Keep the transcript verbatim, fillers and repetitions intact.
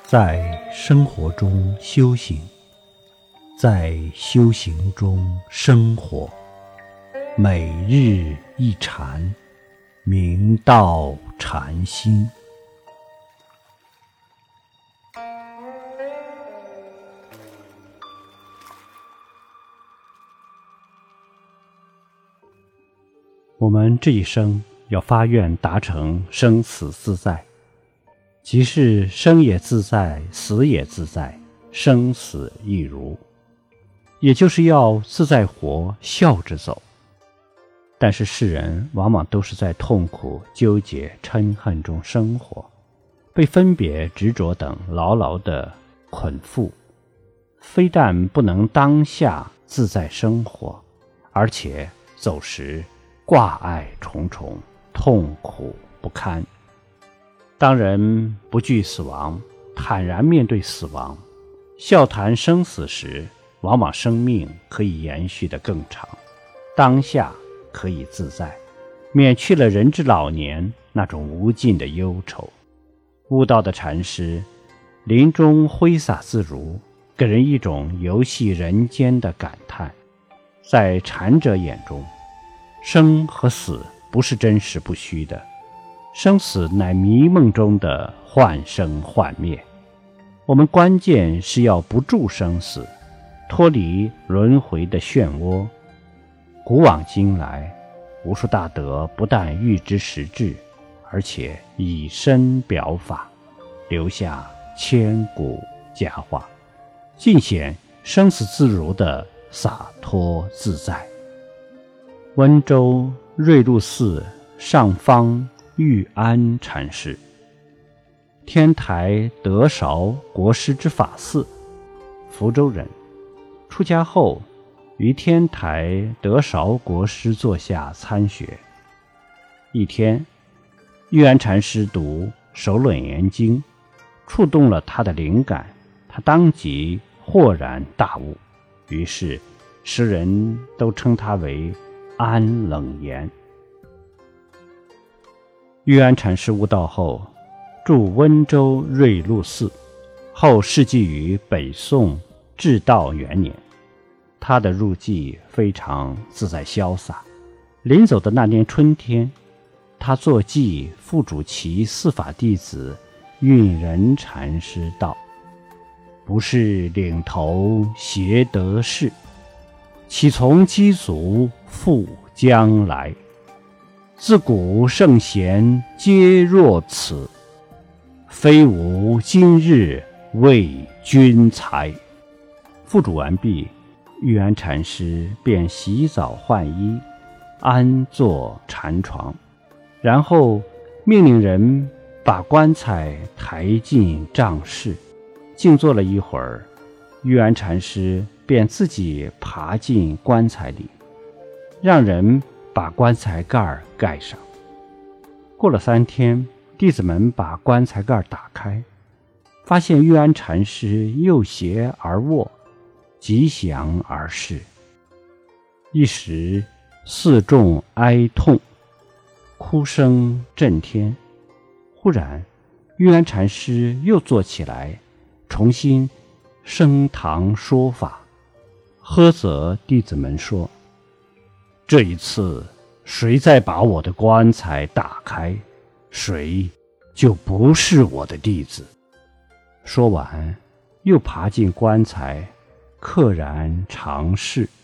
在生活中修行，在修行中生活，每日一禅，明道禅心。我们这一生要发愿达成生死自在，即是生也自在，死也自在，生死亦如，也就是要自在活，笑着走。但是世人往往都是在痛苦、纠结、嗔恨中生活，被分别、执着等牢牢地捆缚，非但不能当下自在生活，而且走时挂碍重重，痛苦不堪。当人不惧死亡，坦然面对死亡，笑谈生死时，往往生命可以延续得更长，当下可以自在，免去了人之老年那种无尽的忧愁。悟道的禅师临终挥洒自如，给人一种游戏人间的感叹。在禅者眼中，生和死不是真实不虚的，生死乃迷梦中的幻生幻灭。我们关键是要不住生死，脱离轮回的漩涡。古往今来，无数大德不但预知时至，而且以身表法，留下千古佳话，尽显生死自如的洒脱自在。温州瑞鹿寺上方玉安禅师，天台德韶国师之法寺，福州人。出家后于天台德韶国师座下参学。一天，玉安禅师读《首楞严经》，触动了他的灵感，他当即豁然大悟，于是时人都称他为安冷言。玉安禅师悟道后，住温州瑞鹿寺，后事迹于北宋至道元年。他的入寂非常自在潇洒。临走的那年春天，他作记付主其四法弟子运仁禅师道：不是领头协得势，岂从机足复将来？自古圣贤皆若此，非吾今日为君才。付嘱完毕，玉安禅师便洗澡换衣，安坐禅床，然后命令人把棺材抬进帐室。静坐了一会儿，玉安禅师便自己爬进棺材里，让人把棺材盖盖上。过了三天，弟子们把棺材盖打开，发现玉安禅师右胁而卧，吉祥而逝。一时寺众哀痛，哭声震天。忽然玉安禅师又坐起来，重新升堂说法，呵责弟子们说：这一次谁再把我的棺材打开，谁就不是我的弟子。说完又爬进棺材，溘然长逝。